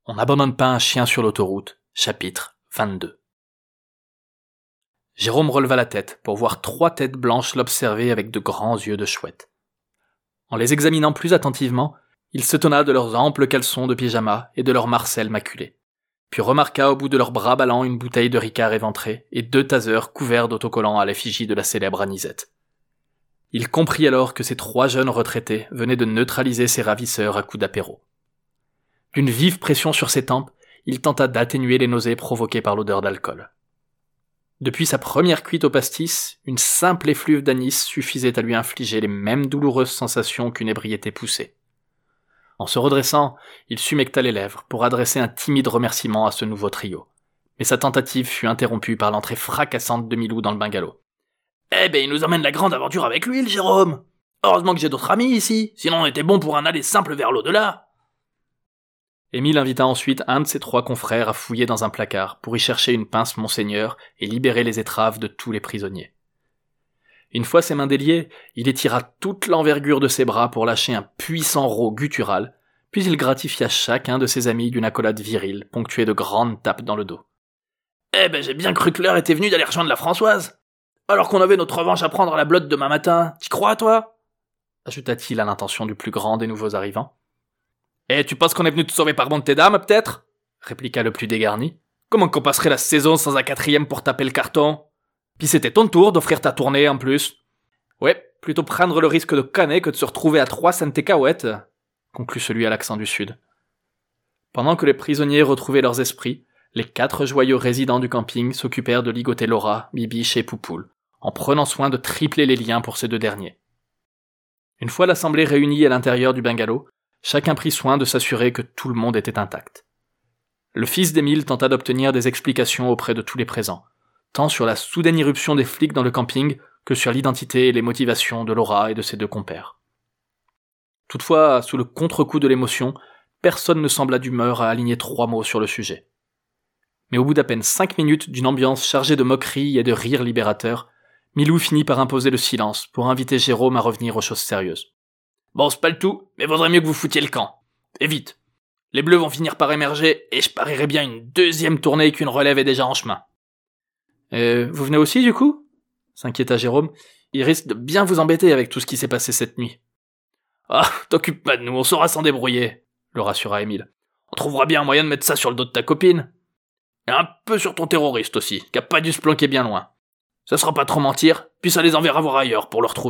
On n'abandonne pas un chien sur l'autoroute, chapitre 22. Jérôme releva la tête pour voir 3 têtes blanches l'observer avec de grands yeux de chouette. En les examinant plus attentivement, il s'étonna de leurs amples caleçons de pyjama et de leurs marcelles maculées, puis remarqua au bout de leurs bras ballants une bouteille de Ricard éventrée et 2 tasers couverts d'autocollants à l'effigie de la célèbre Anisette. Il comprit alors que ces 3 jeunes retraités venaient de neutraliser ses ravisseurs à coups d'apéro. D'une vive pression sur ses tempes, il tenta d'atténuer les nausées provoquées par l'odeur d'alcool. Depuis sa première cuite au pastis, une simple effluve d'anis suffisait à lui infliger les mêmes douloureuses sensations qu'une ébriété poussée. En se redressant, il s'humecta les lèvres pour adresser un timide remerciement à ce nouveau trio. Mais sa tentative fut interrompue par l'entrée fracassante de Milou dans le bungalow. « Eh ben, il nous emmène la grande aventure avec lui, le Jérôme. Heureusement que j'ai d'autres amis ici, sinon on était bon pour un aller simple vers l'au-delà. » Émile invita ensuite un de ses 3 confrères à fouiller dans un placard pour y chercher une pince Monseigneur et libérer les étraves de tous les prisonniers. Une fois ses mains déliées, il étira toute l'envergure de ses bras pour lâcher un puissant rot guttural, puis il gratifia chacun de ses amis d'une accolade virile ponctuée de grandes tapes dans le dos. « Eh ben, j'ai bien cru que l'heure était venue d'aller rejoindre la Françoise. Alors qu'on avait notre revanche à prendre à la blotte demain matin, t'y crois, toi ?» ajouta-t-il à l'intention du plus grand des nouveaux arrivants. « Eh, tu penses qu'on est venu te sauver par bonté d'âme, peut-être » répliqua le plus dégarni. « Comment qu'on passerait la saison sans un 4e pour taper le carton ? Puis c'était ton tour d'offrir ta tournée, en plus. » « Ouais, plutôt prendre le risque de canner que de se retrouver à 3 cents cacahuètes, » conclut celui à l'accent du Sud. Pendant que les prisonniers retrouvaient leurs esprits, les 4 joyeux résidents du camping s'occupèrent de ligoter Laura, Bibiche et Poupoule, en prenant soin de tripler les liens pour ces 2 derniers. Une fois l'assemblée réunie à l'intérieur du bungalow, chacun prit soin de s'assurer que tout le monde était intact. Le fils d'Émile tenta d'obtenir des explications auprès de tous les présents, tant sur la soudaine irruption des flics dans le camping que sur l'identité et les motivations de Laura et de ses 2 compères. Toutefois, sous le contre-coup de l'émotion, personne ne sembla d'humeur à aligner 3 mots sur le sujet. Mais au bout d'à peine 5 minutes d'une ambiance chargée de moqueries et de rires libérateurs, Milou finit par imposer le silence pour inviter Jérôme à revenir aux choses sérieuses. « Bon, c'est pas le tout, mais vaudrait mieux que vous foutiez le camp. Et vite. Les Bleus vont finir par émerger, et je parierais bien une 2e tournée qu'une relève est déjà en chemin. » « Vous venez aussi, du coup ?» s'inquiéta Jérôme. « Il risque de bien vous embêter avec tout ce qui s'est passé cette nuit. »« Ah, t'occupe pas de nous, on saura s'en débrouiller, » le rassura Émile. « On trouvera bien un moyen de mettre ça sur le dos de ta copine. Et un peu sur ton terroriste aussi, qui a pas dû se planquer bien loin. Ça sera pas trop mentir, puis ça les enverra voir ailleurs pour le retrouver. »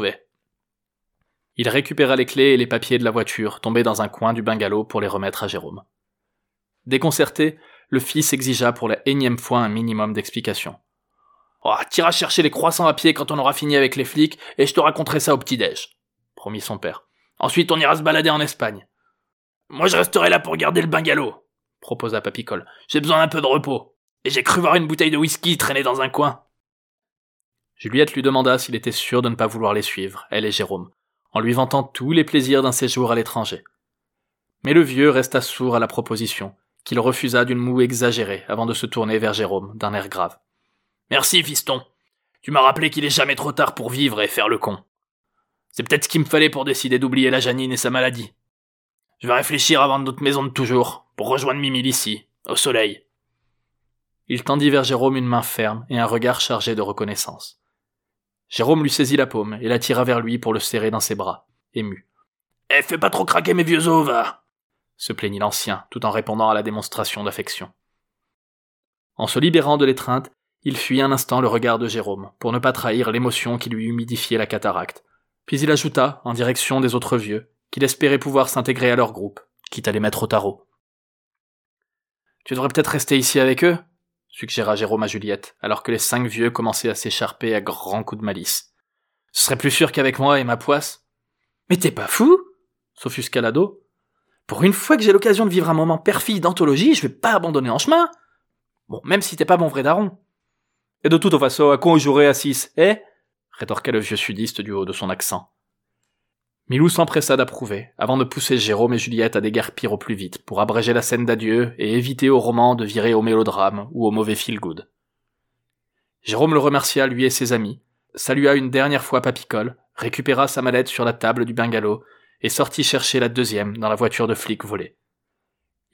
Il récupéra les clés et les papiers de la voiture, tombés dans un coin du bungalow pour les remettre à Jérôme. Déconcerté, le fils exigea pour la énième fois un minimum d'explications. « Oh, t'iras chercher les croissants à pied quand on aura fini avec les flics, et je te raconterai ça au petit-déj, » promit son père. « Ensuite, on ira se balader en Espagne. »« Moi, je resterai là pour garder le bungalow, » proposa Papicole. « J'ai besoin d'un peu de repos, et j'ai cru voir une bouteille de whisky traîner dans un coin. » Juliette lui demanda s'il était sûr de ne pas vouloir les suivre, elle et Jérôme, en lui vantant tous les plaisirs d'un séjour à l'étranger. Mais le vieux resta sourd à la proposition, qu'il refusa d'une moue exagérée avant de se tourner vers Jérôme d'un air grave. « Merci, fiston. Tu m'as rappelé qu'il est jamais trop tard pour vivre et faire le con. C'est peut-être ce qu'il me fallait pour décider d'oublier la Janine et sa maladie. Je vais réfléchir à vendre notre maison de toujours, pour rejoindre Mimile ici, au soleil. » Il tendit vers Jérôme une main ferme et un regard chargé de reconnaissance. Jérôme lui saisit la paume et l'attira vers lui pour le serrer dans ses bras, ému. « Eh, fais pas trop craquer mes vieux os, va !» se plaignit l'ancien, tout en répondant à la démonstration d'affection. En se libérant de l'étreinte, il fuit un instant le regard de Jérôme, pour ne pas trahir l'émotion qui lui humidifiait la cataracte. Puis il ajouta, en direction des autres vieux, qu'il espérait pouvoir s'intégrer à leur groupe, quitte à les mettre au tarot. « Tu devrais peut-être rester ici avec eux ?» suggéra Jérôme à Juliette, alors que les 5 vieux commençaient à s'écharper à grands coups de malice. « Ce serait plus sûr qu'avec moi et ma poisse. »« Mais t'es pas fou ?» s'offusqua l'ado. « Pour une fois que j'ai l'occasion de vivre un moment père-fille d'anthologie, je vais pas abandonner en chemin. Bon, même si t'es pas mon vrai daron. »« Et de toute façon, à quoi on jouerait à 6, eh ?» rétorqua le vieux sudiste du haut de son accent. Milou s'empressa d'approuver, avant de pousser Jérôme et Juliette à déguerpir au plus vite, pour abréger la scène d'adieu et éviter au roman de virer au mélodrame ou au mauvais feel-good. Jérôme le remercia, lui et ses amis, salua une dernière fois Papicole, récupéra sa mallette sur la table du bungalow et sortit chercher la 2e dans la voiture de flic volée.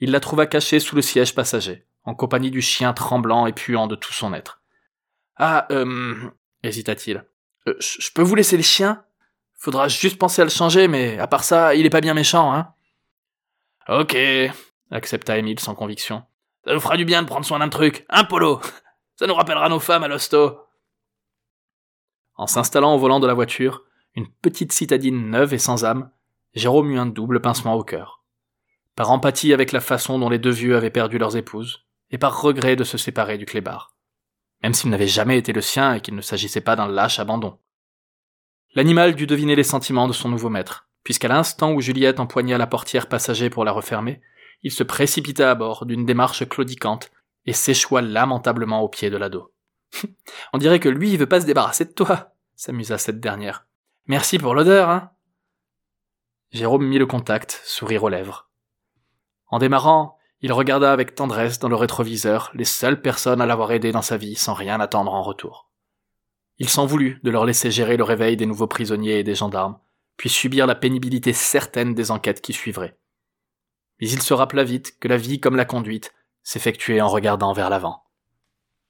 il la trouva cachée sous le siège passager, en compagnie du chien tremblant et puant de tout son être. « Ah, hésita-t-il. Je peux vous laisser le chien ? Faudra juste penser à le changer, mais à part ça, il est pas bien méchant, hein ?» « Ok, » accepta Émile sans conviction. « Ça nous fera du bien de prendre soin d'un truc, hein, Polo ? Ça nous rappellera nos femmes à l'hosto. » En s'installant au volant de la voiture, une petite citadine neuve et sans âme, Jérôme eut un double pincement au cœur. Par empathie avec la façon dont les deux vieux avaient perdu leurs épouses, et par regret de se séparer du clébard. Même s'il n'avait jamais été le sien et qu'il ne s'agissait pas d'un lâche abandon. L'animal dut deviner les sentiments de son nouveau maître, puisqu'à l'instant où Juliette empoigna la portière passager pour la refermer, il se précipita à bord d'une démarche claudicante et s'échoua lamentablement au pied de l'ado. « On dirait que lui, il veut pas se débarrasser de toi », s'amusa cette dernière. « Merci pour l'odeur, hein ?» Jérôme mit le contact, sourire aux lèvres. En démarrant, il regarda avec tendresse dans le rétroviseur les seules personnes à l'avoir aidé dans sa vie sans rien attendre en retour. Il s'en voulut de leur laisser gérer le réveil des nouveaux prisonniers et des gendarmes, puis subir la pénibilité certaine des enquêtes qui suivraient. Mais il se rappela vite que la vie comme la conduite s'effectuait en regardant vers l'avant.